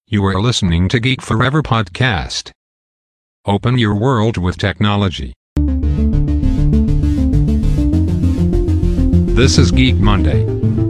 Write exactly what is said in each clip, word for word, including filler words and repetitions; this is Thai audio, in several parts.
You are listening to Geek Forever podcast. Open your world with technology. This is Geek Monday.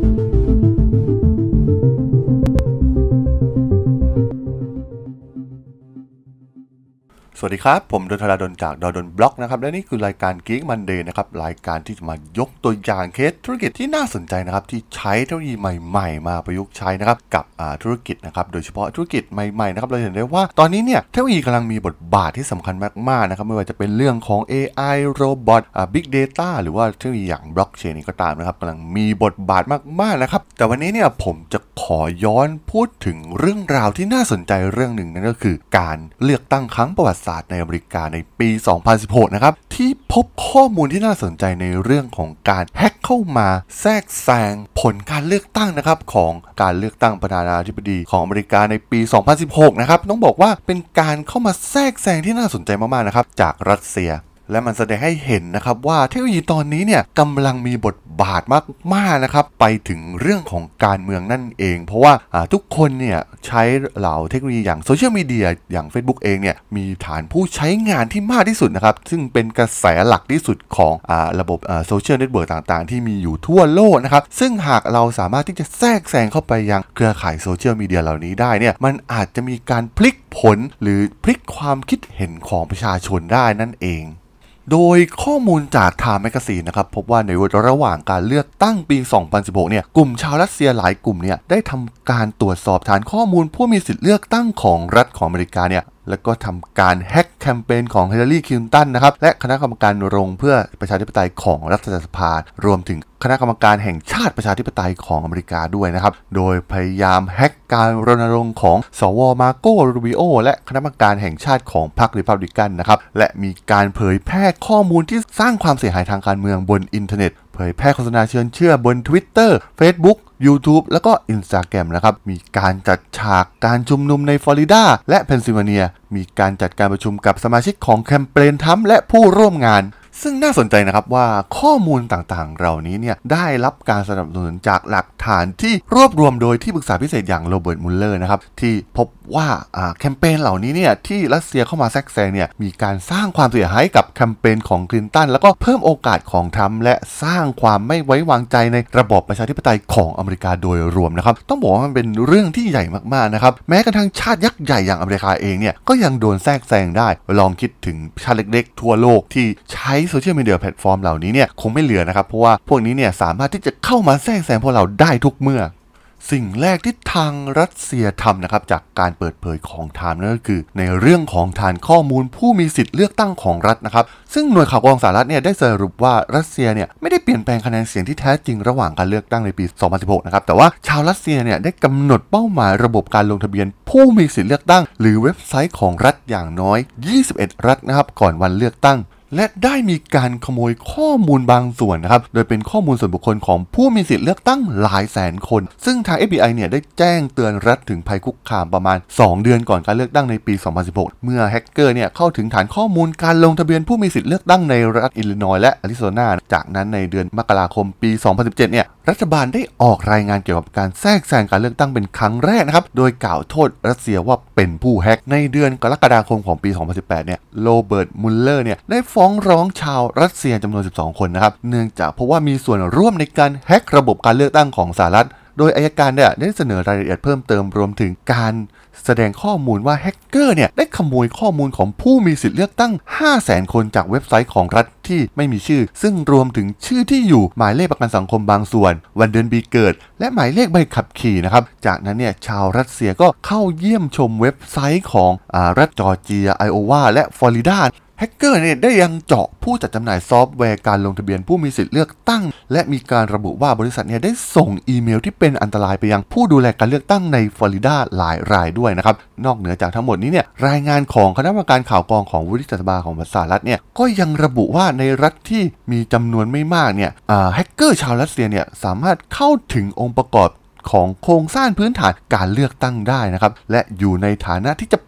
สวัสดีครับผมดนทราดลจากดนบล็อกนะครับและนี่คือรายการ Geek Monday นะครับรายการที่จะมายกตัวอย่างเคสธุรกิจที่น่าสนใจนะครับที่ใช้เทคโนโลยีใหม่ๆมาประยุกต์ใช้นะครับกับธุรกิจนะครับโดยเฉพาะธุรกิจใหม่ๆนะครับเราเห็นได้ว่าตอนนี้เนี่ยเทคโนโลยีกำลังมีบทบาทที่สำคัญมากๆนะครับไม่ว่าจะเป็นเรื่องของ เอ ไอ โรบอท Big Data หรือว่าเทคโนโลยีอย่างบล็อกเชนนี่ก็ตามนะครับกำลังมีบทบาทมากๆนะครับแต่วันนี้เนี่ยผมจะขอย้อนพูดถึงเรื่องราวที่น่าสนใจเรื่องหนึ่งนั่นก็คือการเลือกตั้งครั้งประวัติศาสตร์ในอเมริกาในปี สองพันสิบหก นะครับที่พบข้อมูลที่น่าสนใจในเรื่องของการแฮ็กเข้ามาแทรกแซงผลการเลือกตั้งนะครับของการเลือกตั้งประธานาธิบดีของอเมริกาในปี สองพันสิบหก นะครับต้องบอกว่าเป็นการเข้ามาแทรกแซงที่น่าสนใจมากๆนะครับจากรัสเซียและมันแสดงให้เห็นนะครับว่าเทคโนโลยีตอนนี้เนี่ยกำลังมีบทบาทมากๆนะครับไปถึงเรื่องของการเมืองนั่นเองเพราะว่าทุกคนเนี่ยใช้เหล่าเทคโนโลยีอย่างโซเชียลมีเดียอย่าง Facebook เองเนี่ยมีฐานผู้ใช้งานที่มากที่สุดนะครับซึ่งเป็นกระแสหลักที่สุดของอ่าระบบอ่าโซเชียลเน็ตเวิร์กต่างๆที่มีอยู่ทั่วโลกนะครับซึ่งหากเราสามารถที่จะแทรกแซงเข้าไปยังเครือข่ายโซเชียลมีเดียเหล่านี้ได้เนี่ยมันอาจจะมีการพลิกผลหรือพลิกความคิดเห็นของประชาชนได้นั่นเองโดยข้อมูลจาก Time Magazine นะครับพบว่าในระหว่างการเลือกตั้งปี สองพันสิบหก เนี่ยกลุ่มชาวรัสเซียหลายกลุ่มเนี่ยได้ทำการตรวจสอบฐานข้อมูลผู้มีสิทธิเลือกตั้งของรัฐของอเมริกาเนี่ยแล้วก็ทำการแฮ็กแคมเปญของฮิลลารีคลินตันนะครับและคณะกรรมการรงค์เพื่อประชาธิปไตยของรัฐสภารวมถึงคณะกรรมการแห่งชาติประชาธิปไตยของอเมริกาด้วยนะครับโดยพยายามแฮ็กการรณรงค์ของสวมาโกรูบิโอและคณะกรรมการแห่งชาติของพรรครีพับลิกันนะครับและมีการเผยแพร่ข้อมูลที่สร้างความเสียหายทางการเมืองบนอินเทอร์เน็ตเผยแพร่โฆษณาเชิญเชื่อบน Twitter Facebook YouTube แล้วก็ Instagram นะครับมีการจัดฉากการชุมนุมในฟลอริดาและเพนซิลเวเนียมีการจัดการประชุมกับสมาชิกของแคมเปญทรัมป์และผู้ร่วมงานซึ่งน่าสนใจนะครับว่าข้อมูลต่างๆเหล่านี้เนี่ยได้รับการสนับสนุนจากหลักฐานที่รวบรวมโดยที่ปรึกษาพิเศษอย่างโรเบิร์ตมุลเลอร์นะครับที่พบว่าแคมเปญเหล่านี้เนี่ยที่รัสเซียเข้ามาแทรกแซงเนี่ยมีการสร้างความเสียหายกับแคมเปญของคลินตันแล้วก็เพิ่มโอกาสของทรัมป์และสร้างความไม่ไว้วางใจในระบอบประชาธิปไตยของอเมริกาโดยรวมนะครับต้องบอกว่ามันเป็นเรื่องที่ใหญ่มากๆนะครับแม้กระทั่งชาติยักษ์ใหญ่อย่างอเมริกาเองเนี่ยก็ยังโดนแทรกแซงได้ลองคิดถึงชาติเล็กๆทั่วโลกที่ใช้โซเชียลมีเดียแพลตฟอร์มเหล่านี้เนี่ยคงไม่เหลือนะครับเพราะว่าพวกนี้เนี่ยสามารถที่จะเข้ามาแทรกแซงพวกเราได้ทุกเมื่อสิ่งแรกที่ทางรัสเซียทำนะครับจากการเปิดเผยของไทม์นั่นก็คือในเรื่องของฐานข้อมูลผู้มีสิทธิ์เลือกตั้งของรัฐนะครับซึ่งหน่วยข่าวกรองสหรัฐเนี่ยได้สรุปว่ารัสเซียเนี่ยไม่ได้เปลี่ยนแปลงคะแนนเสียงที่แท้จริงระหว่างการเลือกตั้งในปี สองพันสิบหก นะครับแต่ว่าชาวรัสเซียเนี่ยได้กำหนดเป้าหมายระบบการลงทะเบียนผู้มีสิทธิ์เลือกตั้งหรือเว็บไซต์ของรัฐอย่างน้อยยี่สิบเอ็ดรัฐนะครับก่อนวันเลือกตั้งและได้มีการขโมยข้อมูลบางส่วนนะครับโดยเป็นข้อมูลส่วนบุคคลของผู้มีสิทธิ์เลือกตั้งหลายแสนคนซึ่งทาง เอฟ บี ไอ เนี่ยได้แจ้งเตือนรัฐถึงภัยคุกคามประมาณสองเดือนก่อนการเลือกตั้งในปี สองพันสิบหก เมื่อแฮกเกอร์เนี่ยเข้าถึงฐานข้อมูลการลงทะเบียนผู้มีสิทธิ์เลือกตั้งในรัฐอิลลินอยส์และอาริโซนาจากนั้นในเดือนมกราคมปี สองพันสิบเจ็ด เนี่ยรัฐบาลได้ออกรายงานเกี่ยวกับการแทรกแซงการเลือกตั้งเป็นครั้งแรกนะครับโดยกล่าวโทษรัสเซียว่าเป็นผู้แฮกในเดือนกรกฎาคมของปี สองพันสิบแปด เนี่ยโรเบิร์ตมุลเลอร์เนี่ยได้ฟ้องร้องชาวรัสเซียจำนวนสิบสองคนนะครับเนื่องจากเพราะว่ามีส่วนร่วมในการแฮกระบบการเลือกตั้งของสหรัฐโดยอัยการเนี่ยได้เสนอรายละเอียดเพิ่มเติมรวมถึงการแสดงข้อมูลว่าแฮกเกอร์เนี่ยได้ขโมยข้อมูลของผู้มีสิทธิ์เลือกตั้ง ห้าแสน คนจากเว็บไซต์ของรัฐที่ไม่มีชื่อซึ่งรวมถึงชื่อที่อยู่หมายเลขประกันสังคมบางส่วนวันเดือนปีเกิดและหมายเลขใบขับขี่นะครับจากนั้นเนี่ยชาวรัสเซียก็เข้าเยี่ยมชมเว็บไซต์ของอ่ารัฐจอร์เจียไอโอวาและฟลอริดาแฮกเกอร์เนี่ยได้ยังเจาะผู้จัดจำหน่ายซอฟต์แวร์การลงทะเบียนผู้มีสิทธิ์เลือกตั้งและมีการระบุว่าบริษัทเนี่ยได้ส่งอีเมลที่เป็นอันตรายไปยังผู้ดูแลการเลือกตั้งในฟลอริดาหลายรายด้วยนะครับนอกเหนือจากทั้งหมดนี้เนี่ยรายงานของคณะกรรมการข่าวกรองของวุฒิสภาของสหรัฐเนี่ยก็ยังระบุว่าในรัฐที่มีจำนวนไม่มากเนี่ยแฮกเกอร์ชาวรัสเซียเนี่ยสามารถเข้าถึงองค์ประกอบของโครงสร้างพื้นฐานการเลือกตั้งได้นะครับและอยู่ในฐานะที่จะ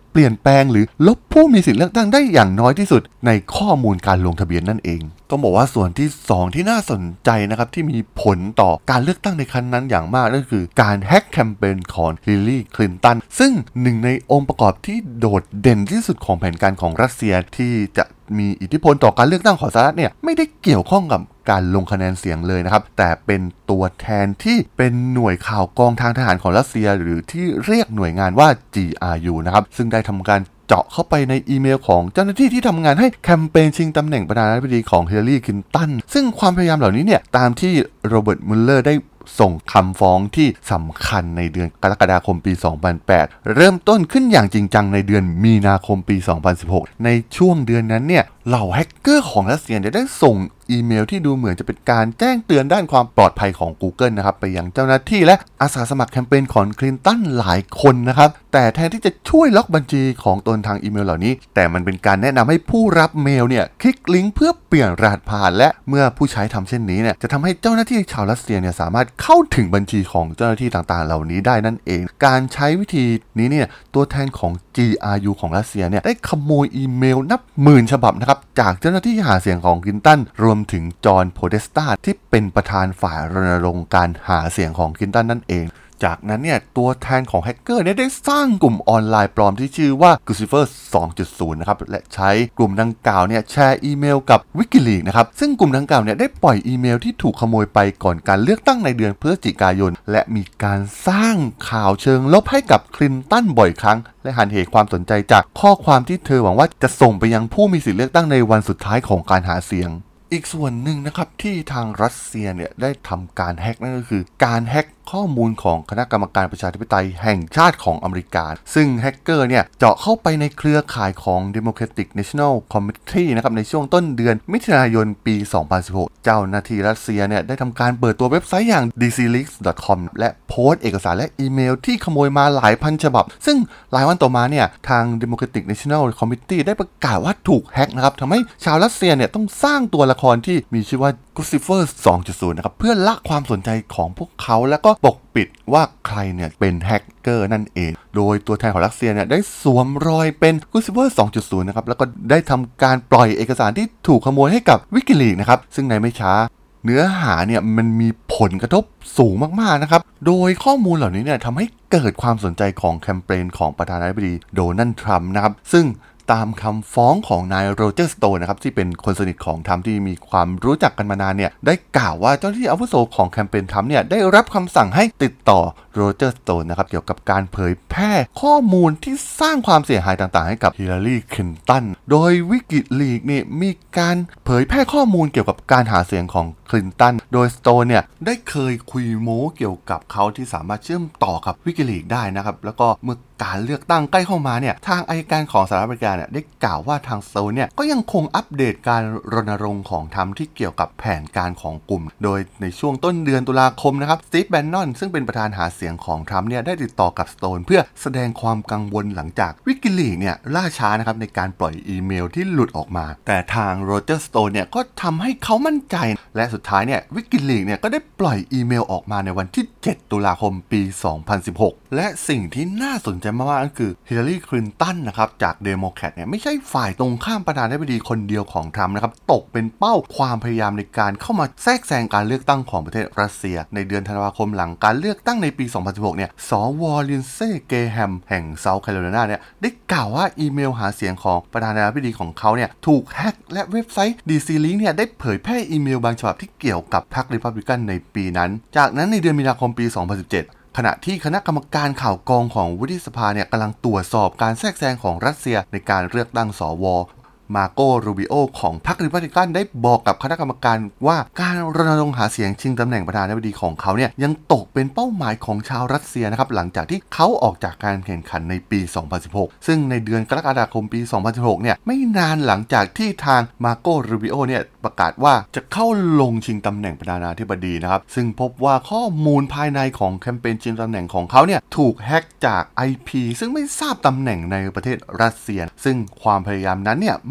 เปลี่ยนแปลงหรือลบผู้มีสิทธิเลือกตั้งได้อย่างน้อยที่สุดในข้อมูลการลงทะเบียนนั่นเองต้องบอกว่าส่วนที่สองที่น่าสนใจนะครับที่มีผลต่อการเลือกตั้งในครั้งนั้นอย่างมากนั่นคือการแฮกแคมเปญของฮิลลารีคลินตันซึ่งหนึ่งในองค์ประกอบที่โดดเด่นที่สุดของแผนการของรัสเซียที่จะมีอิทธิพลต่อการเลือกตั้งของสหรัฐเนี่ยไม่ได้เกี่ยวข้องกับการลงคะแนนเสียงเลยนะครับแต่เป็นตัวแทนที่เป็นหน่วยข่าวกองทางทหารของรัสเซียหรือที่เรียกหน่วยงานว่า จี อาร์ ยู นะครับซึ่งได้ทำการเจาะเข้าไปในอีเมลของเจ้าหน้าที่ที่ทำงานให้แคมเปญชิงตำแหน่งประธานาธิบดีของฮิลลารีคลินตันซึ่งความพยายามเหล่านี้เนี่ยตามที่โรเบิร์ตมุลเลอร์ได้ส่งคำฟ้องที่สำคัญในเดือนกรกฎาคมปี สองพันแปด เริ่มต้นขึ้นอย่างจริงจังในเดือนมีนาคมปี สองพันสิบหก ในช่วงเดือนนั้นเนี่ยเหล่าแฮกเกอร์ของรัสเซียได้ส่งอีเมลที่ดูเหมือนจะเป็นการแจ้งเตือนด้านความปลอดภัยของ Google นะครับไปยังเจ้าหน้าที่และอาสาสมัครแคมเปญของคลินตันหลายคนนะครับแต่แทนที่จะช่วยล็อกบัญชีของตนทางอีเมลเหล่านี้แต่มันเป็นการแนะนำให้ผู้รับเมลเนี่ยคลิกลิงก์เพื่อเปลี่ยนรหัสผ่านและเมื่อผู้ใช้ทำเช่นนี้เนี่ยจะทำให้เจ้าหน้าที่ชาวรัสเซียเนี่ยสามารถเข้าถึงบัญชีของเจ้าหน้าที่ต่างๆเหล่านี้ได้นั่นเองการใช้วิธีนี้เนี่ยตัวแทนของ จี อาร์ ยู ของรัสเซียเนี่ยได้ขโมยอีเมลนับหมื่นฉบับนะครับจากเจ้าหน้าที่หาเสียงของคลินตันรวมถึงจอห์นโพเดสตาที่เป็นประธานฝ่ายรณรงค์การหาเสียงของคลินตันนั่นเองจากนั้นเนี่ยตัวแทนของแฮกเกอร์เนี่ยได้สร้างกลุ่มออนไลน์ปลอมที่ชื่อว่า Guccifer สองจุดศูนย์ นะครับและใช้กลุ่มดังกล่าวเนี่ยแชร์อีเมลกับ WikiLeaks นะครับซึ่งกลุ่มดังกล่าวเนี่ยได้ปล่อยอีเมลที่ถูกขโมยไปก่อนการเลือกตั้งในเดือนพฤศจิกายนและมีการสร้างข่าวเชิงลบให้กับคลินตันบ่อยครั้งและหันเหความสนใจจากข้อความที่เธอหวังว่าจะส่งไปยังผู้มีสิทธิเลือกตั้งในวันสุดท้ายของการหาเสียงอีกส่วนหนึ่งนะครับที่ทางรัสเซียเนี่ยได้ทำการแฮกนั่นก็คือการแฮกข้อมูลของคณะกรรมการประชาธิปไตยแห่งชาติของอเมริกาซึ่งแฮกเกอร์เนี่ยเจาะเข้าไปในเครือข่ายของ Democratic National Committee นะครับในช่วงต้นเดือนมิถุนายนปี สองพันสิบหก เจ้าหน้าที่รัสเซียเนี่ยได้ทำการเปิดตัวเว็บไซต์อย่าง ดี ซี ลีกส์ ดอท คอม และโพสต์เอกสารและอีเมลที่ขโมยมาหลายพันฉบับซึ่งหลายวันต่อมาเนี่ยทาง Democratic National Committee ได้ประกาศว่าถูกแฮกนะครับทำให้ชาวรัสเซียเนี่ยต้องสร้างตัวละครที่มีชื่อว่า Guccifer สองจุดศูนย์ นะครับเพื่อละความสนใจของพวกเขาแล้วก็ปกปิดว่าใครเนี่ยเป็นแฮกเกอร์นั่นเองโดยตัวแทนของรัสเซียเนี่ยได้สวมรอยเป็น Guccifer สองจุดศูนย์ นะครับแล้วก็ได้ทำการปล่อยเอกสารที่ถูกขโมยให้กับ WikiLeaks นะครับซึ่งในไม่ช้าเนื้อหาเนี่ยมันมีผลกระทบสูงมากๆนะครับโดยข้อมูลเหล่านี้เนี่ยทำให้เกิดความสนใจของแคมเปญของประธานาธิบดีโดนัลด์ทรัมป์นะครับซึ่งตามคำฟ้องของนายโรเจอร์สโตนนะครับที่เป็นคนสนิทของทรัมป์ที่มีความรู้จักกันมานานเนี่ยได้กล่าวว่าเจ้าหน้าที่อาวุโสของแคมเปญทรัมป์เนี่ยได้รับคำสั่งให้ติดต่อโรเจอร์สโตนนะครับเกี่ยวกับการเผยแพร่ข้อมูลที่สร้างความเสียหายต่างๆให้กับฮิลลารีคลินตันโดยวิกิลีกนี่มีการเผยแพร่ข้อมูลเกี่ยวกับการหาเสียงของคลินตันโดยสโตนเนี่ยได้เคยคุยโม้เกี่ยวกับเขาที่สามารถเชื่อมต่อกับวิกิลีกได้นะครับแล้วก็เมื่อการเลือกตั้งใกล้เข้ามาเนี่ยทางอัยการของสหรัฐอเมริกาเนี่ยได้กล่าวว่าทางสโตนเนี่ยก็ยังคงอัปเดตการรณรงค์ของทรัมป์ที่เกี่ยวกับแผนการของกลุ่มโดยในช่วงต้นเดือนตุลาคมนะครับสตีฟแบนนอนซึ่งเป็นประธานหาเสียงของทรัมป์เนี่ยได้ติดต่อกับสโตนเพื่อแสดงความกังวลหลังจากวิกิลีกเนี่ยล่าช้านะครับในการปล่อยอีเมลที่หลุดออกมาแต่ทางโรเจอร์สโตนเนี่ยก็ทำให้เขามั่นใจและสุดท้ายเนี่ยวิกิลีกเนี่ยก็ได้ปล่อยอีเมลออกมาในวันที่เจ็ดตุลาคมปีสองพันสิบหกและสิ่งที่น่าสนใจมากๆก็คือฮิลลารีคลินตันนะครับจากเดโมแครตเนี่ยไม่ใช่ฝ่ายตรงข้ามประธานาธิบดีคนเดียวของทรัมป์นะครับตกเป็นเป้าความพยายามในการเข้ามาแทรกแซงการเลือกตั้งของประเทศรัสเซียในเดือนธันวาคมหลังการเลือกตั้งในปีสองพันสิบหกเนี่ยสวลินเซ่เกแฮมแห่งเซาท์แคโรไลนาเนี่ยได้กล่าวว่าอีเมลหาเสียงของประธานาธิบดีของเขาเนี่ยถูกแฮกและเว็บไซต์ ดี ซี ลีกส์ เนี่ยได้เผยแพร่อีเมลบางฉบับที่เกี่ยวกับพรรครีพับลิกันในปีนั้นจากนั้นในเดือนมีนาคมปีสองพันสิบเจ็ดขณะที่คณะกรรมการข่าวกรองของวุฒิสภาเนี่ยกำลังตรวจสอบการแทรกแซงของรัสเซียในการเลือกตั้งสวมาโกรูบิโอของพรรครีพับลิกันได้บอกกับคณะกรรมการว่าการรณรงค์หาเสียงชิงตำแหน่งประธานาธิบดีของเขาเนี่ยยังตกเป็นเป้าหมายของชาวรัสเซียนะครับหลังจากที่เขาออกจากการแข่งขันในปีสองพันสิบหกซึ่งในเดือนกรกฎาคมปีสองพันสิบหกเนี่ยไม่นานหลังจากที่ทางมาโกรูบิโอเนี่ยประกาศว่าจะเข้าลงชิงตำแหน่งประธานาธิบดีนะครับซึ่งพบว่าข้อมูลภายในของแคมเปญชิงตำแหน่งของเขาเนี่ยถูกแฮกจาก ไอ พี ซึ่งไม่ทราบตำแหน่งในประเทศรัสเซียซึ่งความพยายามนั้นเนี่ยไม่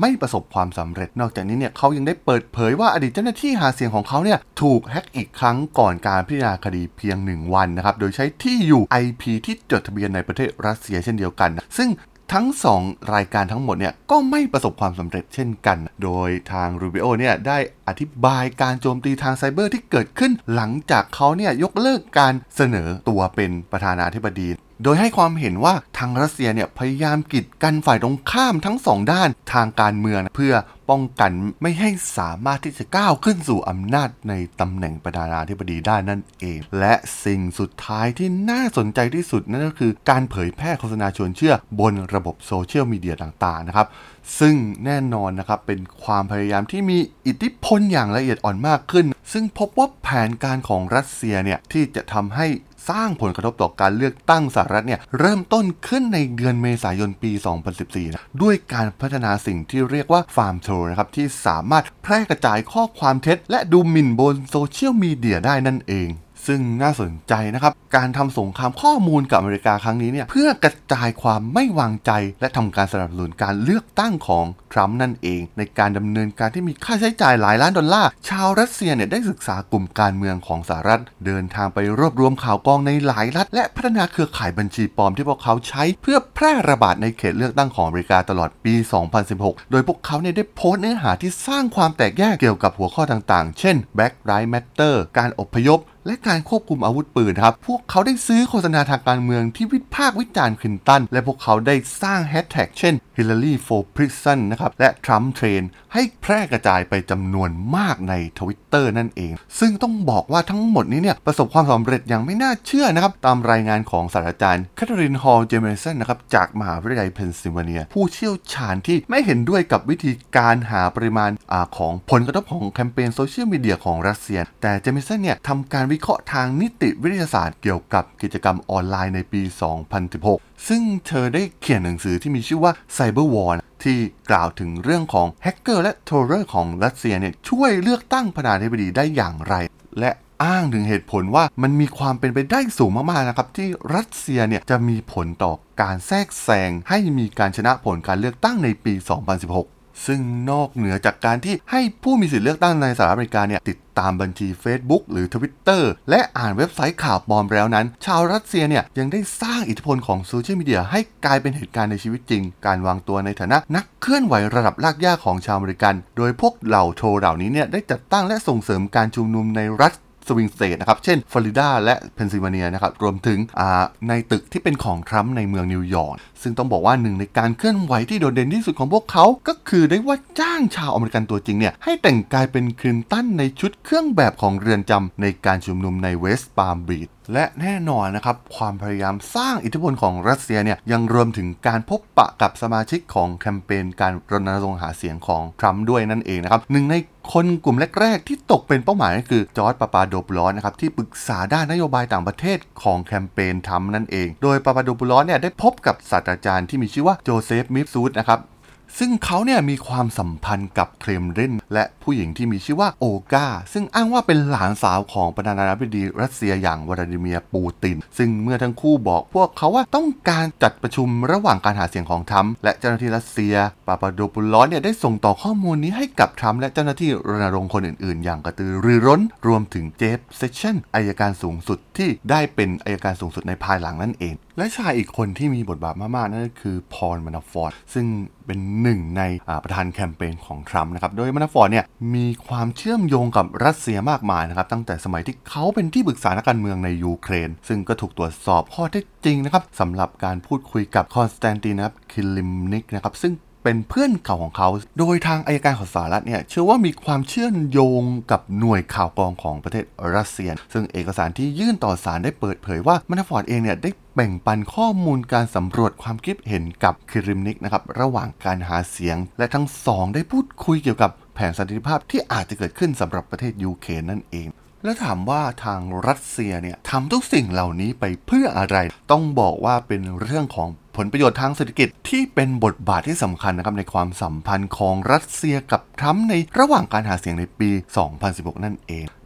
ไม่ประสบความสำเร็จนอกจากนี้เนี่ยเขายังได้เปิดเผยว่าอดีตเจ้าหน้าที่หาเสียงของเขาเนี่ยถูกแฮ็กอีกครั้งก่อนการพิจารณาคดีเพียงหนึ่งวันนะครับโดยใช้ที่อยู่ ไอ พี ที่จดทะเบียนในประเทศรัสเซียเช่นเดียวกันซึ่งทั้งสองรายการทั้งหมดเนี่ยก็ไม่ประสบความสำเร็จเช่นกันโดยทางรูบิโอเนี่ยได้อธิบายการโจมตีทางไซเบอร์ที่เกิดขึ้นหลังจากเขาเนี่ยยกเลิกการเสนอตัวเป็นประธานาธิบดีโดยให้ความเห็นว่าทางรัสเซียเนี่ยพยายามกีดกันฝ่ายตรงข้ามทั้งสองด้านทางการเมืองเพื่อป้องกันไม่ให้สามารถที่จะก้าวขึ้นสู่อำนาจในตำแหน่งประธานาธิบดีได้นั่นเองและสิ่งสุดท้ายที่น่าสนใจที่สุดนั่นก็คือการเผยแพร่โฆษณาชวนเชื่อบนระบบโซเชียลมีเดียต่างๆนะครับซึ่งแน่นอนนะครับเป็นความพยายามที่มีอิทธิพลอย่างละเอียดอ่อนมากขึ้นซึ่งพบว่าแผนการของรัสเซียเนี่ยที่จะทำให้สร้างผลกระทบต่อการเลือกตั้งสหรัฐเนี่ยเริ่มต้นขึ้นในเดือนเมษายนปี สองพันสิบสี่ นะด้วยการพัฒนาสิ่งที่เรียกว่า Farm Troll นะครับที่สามารถแพร่กระจายข้อความเท็จและดูหมิ่นบนโซเชียลมีเดียได้นั่นเองซึ่งน่าสนใจนะครับการทำสงครามข้อมูลกับอเมริกาครั้งนี้เนี่ยเพื่อกระจายความไม่วางใจและทำการสนับสนุนการเลือกตั้งของทรัมป์นั่นเองในการดำเนินการที่มีค่าใช้จ่ายหลายล้านดอลลาร์ชาวรัสเซียเนี่ยได้ศึกษากลุ่มการเมืองของสหรัฐเดินทางไปรวบรวมข่าวกรองในหลายรัฐและพัฒนาเครือข่ายบัญชีปลอมที่พวกเขาใช้เพื่อแพร่ระบาดในเขตเลือกตั้งของอเมริกาตลอดปี สองพันสิบหก โดยพวกเขาเนี่ยได้โพสต์เนื้อหาที่สร้างความแตกแยกเกี่ยวกับหัวข้อต่างๆเช่น Black Lives Matter การอพยพและการควบคุมอาวุธปืนครับพวกเขาได้ซื้อโฆษณาทางการเมืองที่วิพากษ์วิจารณ์คลินตันและพวกเขาได้สร้างแฮชแท็กเช่น Hillary for Prison นะครับและ Trump Train ให้แพร่กระจายไปจำนวนมากใน Twitter นั่นเองซึ่งต้องบอกว่าทั้งหมดนี้เนี่ยประสบความสำเร็จอย่างไม่น่าเชื่อนะครับตามรายงานของศาสตราจารย์แคทเธอรีนฮอลล์เจเมสันนะครับจากมหาวิทยาลัยเพนซิลเวเนียผู้เชี่ยวชาญที่ไม่เห็นด้วยกับวิธีการหาปริมาณอาของผลกระทบของแคมเปญโซเชียลมีเดียของรัสเซียแต่เจเมสันเนี่ยทำการวิเคราะห์ทางนิติวิทยาศาสตร์เกี่ยวกับกิจกรรมออนไลน์ในปี สองพันสิบหก ซึ่งเธอได้เขียนหนังสือที่มีชื่อว่า Cyber War ที่กล่าวถึงเรื่องของแฮกเกอร์และโทรเลอร์ของรัสเซียเนี่ยช่วยเลือกตั้งประธานาธิบดีได้อย่างไรและอ้างถึงเหตุผลว่ามันมีความเป็นไปได้สูงมากๆนะครับที่รัสเซียเนี่ยจะมีผลต่อการแทรกแซงให้มีการชนะผลการเลือกตั้งในปี สองพันสิบหกซึ่งนอกเหนือจากการที่ให้ผู้มีสิทธิเลือกตั้งในสหรัฐอเมริกาเนี่ยติดตามบัญชี Facebook หรือ Twitter และอ่านเว็บไซต์ข่าวปลอมแล้วนั้นชาวรัสเซียเนี่ยยังได้สร้างอิทธิพลของโซเชียลมีเดียให้กลายเป็นเหตุการณ์ในชีวิตจริงการวางตัวในฐานะนักเคลื่อนไหวระดับรากหญ้าของชาวอเมริกันโดยพวกเหล่าโทรเหล่านี้เนี่ยได้จัดตั้งและส่งเสริมการชุมนุมในรัฐสวิงสเตทนะครับเช่นฟลอริดาและเพนซิลเวเนียนะครับรวมถึงในตึกที่เป็นของทรัมป์ในเมืองนิวยอร์กซึ่งต้องบอกว่าหนึ่งในการเคลื่อนไหวที่โดดเด่นที่สุดของพวกเขาก็คือได้ว่าจ้างชาวอเมริกันตัวจริงเนี่ยให้แต่งกายเป็นคลินตันในชุดเครื่องแบบของเรือนจำในการชุมนุมในเวสต์ปาล์มบีชและแน่นอนนะครับความพยายามสร้างอิทธิพลของรัสเซียเนี่ยยังรวมถึงการพบปะกับสมาชิกของแคมเปญการรณรงค์หาเสียงของทรัมป์ด้วยนั่นเองนะครับหนึ่งในคนกลุ่มแรกๆที่ตกเป็นเป้าหมายก็คือจอร์จปาปาโดปูลอสนะครับที่ปรึกษาด้านนโยบายต่างประเทศของแคมเปญทรัมป์นั่นเองโดยปาปาโดปูลอสเนี่ยได้พบกับศาสตราจารย์ที่มีชื่อว่าโจเซฟมิฟซูดนะครับซึ่งเขาเนี่ยมีความสัมพันธ์กับเครมลินและผู้หญิงที่มีชื่อว่าโอกาซึ่งอ้างว่าเป็นหลานสาวของประธานาธิบดีรัสเซียอย่างวลาดิเมียร์ปูตินซึ่งเมื่อทั้งคู่บอกพวกเขาว่าต้องการจัดประชุมระหว่างการหาเสียงของทรัมป์และเจ้าหน้าที่รัสเซียปาปาโดปูลอสเนี่ยได้ส่งต่อข้อมูลนี้ให้กับทรัมป์และเจ้าหน้าที่รณรงค์คนอื่นๆอย่างกระตือรือร้นรวมถึงเจฟเซชั่นอัยการสูงสุดที่ได้เป็นอัยการสูงสุดในภายหลังนั่นเองและชายอีกคนที่มีบทบาทมากๆนั่นก็คือพอล มานาฟอร์ตซึ่งเป็นหนึ่งในประธานแคมเปญของทรัมป์นะครับโดยมานาฟอร์ตเนี่ยมีความเชื่อมโยงกับรัสเซียมากมายนะครับตั้งแต่สมัยที่เขาเป็นที่ปรึกษานักการเมืองในยูเครนซึ่งก็ถูกตรวจสอบข้อเท็จจริงนะครับสำหรับการพูดคุยกับคอนสแตนตินคิลลิมนิกนะครับซึ่งเป็นเพื่อนเก่าของเขาโดยทางอัยการของสหรัฐเนี่ยเชื่อว่ามีความเชื่อมโยงกับหน่วยข่าวกรองของประเทศรัสเซียซึ่งเอกสารที่ยื่นต่อศาลได้เปิดเผยว่ามานาฟอร์ตเองเนี่ยได้แบ่งปันข้อมูลการสำรวจความคิดเห็นกับคิริมนิกนะครับระหว่างการหาเสียงและทั้งสองได้พูดคุยเกี่ยวกับแผนสันติภาพที่อาจจะเกิดขึ้นสำหรับประเทศยูเครนนั่นเองแล้วถามว่าทางรัสเซียเนี่ยทำทุกสิ่งเหล่านี้ไปเพื่ออะไรต้องบอกว่าเป็นเรื่องของผลประโยชน์ทางเศรษฐกิจที่เป็นบทบาทที่สำคัญนะครับในความสัมพันธ์ของรัสเซียกับทรัมป์ในระหว่างการหาเสียงในปี สองพันสิบหก นั่นเอง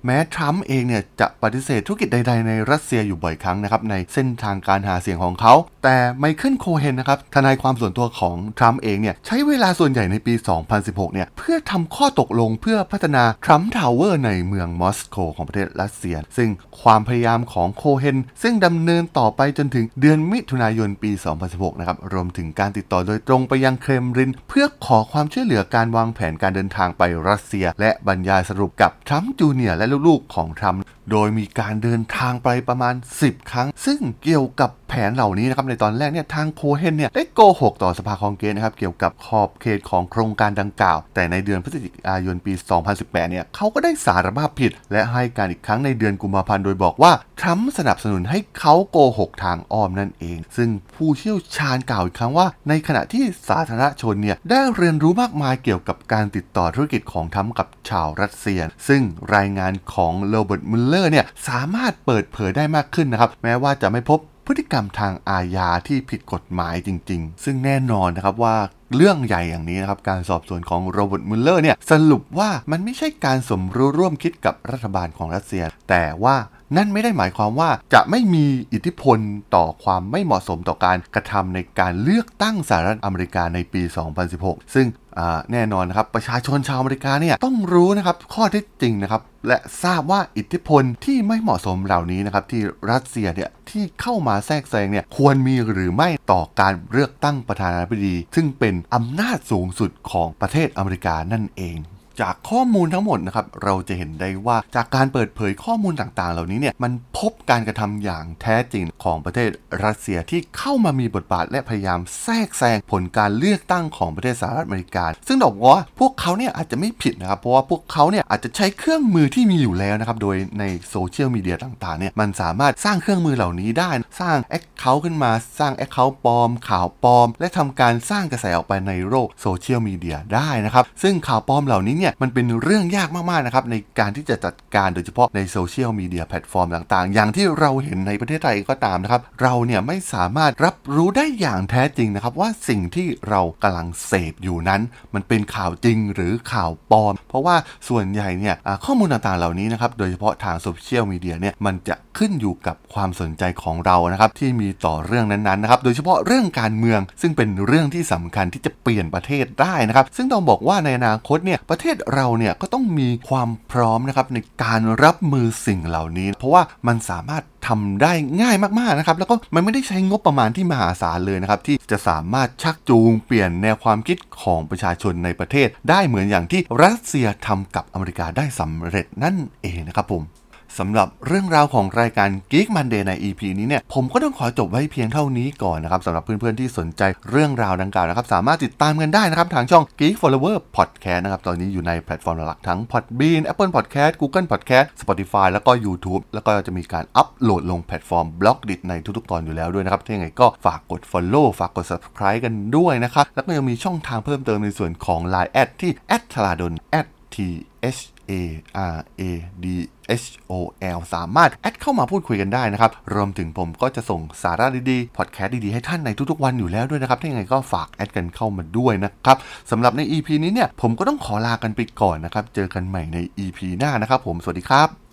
แม้ทรัมป์เองเนี่ยจะปฏิเสธธุรกิจใดๆในรัสเซียอยู่บ่อยครั้งนะครับในเส้นทางการหาเสียงของเขาแต่ไมเคิลโคเฮนนะครับทนายความส่วนตัวของทรัมป์เองเนี่ยใช้เวลาส่วนใหญ่ในปี สองพันสิบหก เนี่ยเพื่อทำข้อตกลงเพื่อพัฒนาทรัมป์ทาวเวอร์ในเมืองมอสโกของประเทศรัสเซียซึ่งความพยายามของโคเฮนซึ่งดำเนินต่อไปจนถึงเดือนมิถุนายนปี สองพันสิบหก นะครับรวมถึงการติดต่อโดยตรงไปยังเครมลินเพื่อขอความช่วยเหลือการวางแผนการเดินทางไปรัสเซียและบรรยายสรุปกับทรัมป์จูเนียร์และลูกๆของทรัมป์โดยมีการเดินทางไปประมาณสิบครั้งซึ่งเกี่ยวกับแผนเหล่านี้นะครับในตอนแรกเนี่ยทางโคเฮนเนี่ยได้โกหกต่อสภาคองเกรสนะครับเกี่ยวกับขอบเขตของโครงการดังกล่าวแต่ในเดือนพฤศจิกายนปี สองพันสิบแปด เนี่ยเขาก็ได้สารภาพผิดและให้การอีกครั้งในเดือนกุมภาพันธ์โดยบอกว่าทรัมป์สนับสนุนให้เขาโกหกทางอ้อมนั่นเองซึ่งผู้เชี่ยวชาญกล่าวอีกครั้งว่าในขณะที่สาธารณชนเนี่ยได้เรียนรู้มากมายเกี่ยวกับการติดต่อธุรกิจของทรัมป์กับชาวรัสเซียซึ่งรายงานของโรเบิร์ตมุลเลอร์เนี่ยสามารถเปิดเผยได้มากขึ้นนะครับแม้ว่าจะไม่พบพฤติกรรมทางอาญาที่ผิดกฎหมายจริงๆซึ่งแน่นอนนะครับว่าเรื่องใหญ่อย่างนี้นะครับการสอบสวนของโรเบิร์ตมุลเลอร์เนี่ยสรุปว่ามันไม่ใช่การสมรู้ร่วมคิดกับรัฐบาลของรัสเซียแต่ว่านั่นไม่ได้หมายความว่าจะไม่มีอิทธิพลต่อความไม่เหมาะสมต่อการกระทำในการเลือกตั้งสหรัฐอเมริกาในปี สองพันสิบหก ซึ่งแน่นอนนะครับประชาชนชาวอเมริกาเนี่ยต้องรู้นะครับข้อเท็จจริงนะครับและทราบว่าอิทธิพลที่ไม่เหมาะสมเหล่านี้นะครับที่รัสเซียเนี่ยที่เข้ามาแทรกแซงเนี่ยควรมีหรือไม่ต่อการเลือกตั้งประธานาธิบดีซึ่งเป็นอำนาจสูงสุดของประเทศอเมริกานั่นเองจากข้อมูลทั้งหมดนะครับเราจะเห็นได้ว่าจากการเปิดเผยข้อมูลต่างๆเหล่านี้เนี่ยมันพบการกระทำอย่างแท้จริงของประเทศรัสเซียที่เข้ามามีบทบาทและพยายามแทรกแซงผลการเลือกตั้งของประเทศสหรัฐอเมริกาซึ่งบอกว่าพวกเขาเนี่ยอาจจะไม่ผิดนะครับเพราะว่าพวกเขาเนี่ยอาจจะใช้เครื่องมือที่มีอยู่แล้วนะครับโดยในโซเชียลมีเดียต่างๆเนี่ยมันสามารถสร้างเครื่องมือเหล่านี้ได้สร้างแอคเคาท์ขึ้นมาสร้างแอคเคาท์ปลอมข่าวปลอมและทำการสร้างกระแสออกไปในโลกโซเชียลมีเดียได้นะครับซึ่งข่าวปลอมเหล่านี้เนี่ยมันเป็นเรื่องยากมากๆนะครับในการที่จะจัดการโดยเฉพาะในโซเชียลมีเดียแพลตฟอร์มต่างๆอย่างที่เราเห็นในประเทศไทยก็ตามนะครับเราเนี่ยไม่สามารถรับรู้ได้อย่างแท้จริงนะครับว่าสิ่งที่เรากำลังเสพอยู่นั้นมันเป็นข่าวจริงหรือข่าวปลอมเพราะว่าส่วนใหญ่เนี่ยข้อมูลต่างๆเหล่านี้นะครับโดยเฉพาะทางโซเชียลมีเดียเนี่ยมันจะขึ้นอยู่กับความสนใจของเรานะครับที่มีต่อเรื่องนั้นๆนะครับโดยเฉพาะเรื่องการเมืองซึ่งเป็นเรื่องที่สำคัญที่จะเปลี่ยนประเทศได้นะครับซึ่งต้องบอกว่าในอนาคตเนี่ยประเทศเราเนี่ยก็ต้องมีความพร้อมนะครับในการรับมือสิ่งเหล่านี้เพราะว่ามันสามารถทำได้ง่ายมากๆนะครับแล้วก็มันไม่ได้ใช้งบประมาณที่มหาศาลเลยนะครับที่จะสามารถชักจูงเปลี่ยนแนวความคิดของประชาชนในประเทศได้เหมือนอย่างที่รัสเซียทำกับอเมริกาได้สำเร็จนั่นเองนะครับผมสำหรับเรื่องราวของรายการ Geek Monday ใน อี พี นี้เนี่ยผมก็ต้องขอจบไว้เพียงเท่านี้ก่อนนะครับสำหรับเพื่อนๆที่สนใจเรื่องราวดังกล่าวนะครับสามารถติดตามกันได้นะครับทางช่อง Geek Flower Podcast นะครับตอนนี้อยู่ในแพลตฟอร์มหลักทั้ง Podbean Apple Podcast Google Podcast Spotify แล้วก็ YouTube แล้วก็จะมีการอัปโหลดลงแพลตฟอร์ม Blogdit ในทุกๆตอนอยู่แล้วด้วยนะครับถ้าอย่างไรก็ฝากกด Follow ฝากกด Subscribe กันด้วยนะครับแล้วก็ยังมีช่องทางเพิ่มเติมในส่วนของ ไลน์ แอดที่ แอท ทราดล แอท ที เอช เอ อาร์ เอ ดี เอช โอ แอล สามารถแอดเข้ามาพูดคุยกันได้นะครับรวมถึงผมก็จะส่งสาระดีๆพอดแคสต์ดีๆให้ท่านในทุกๆวันอยู่แล้วด้วยนะครับถ้าอย่างไรก็ฝากแอดกันเข้ามาด้วยนะครับสำหรับใน อี พี นี้เนี่ยผมก็ต้องขอลากันไปก่อนนะครับเจอกันใหม่ใน อี พี หน้านะครับผมสวัสดีครับ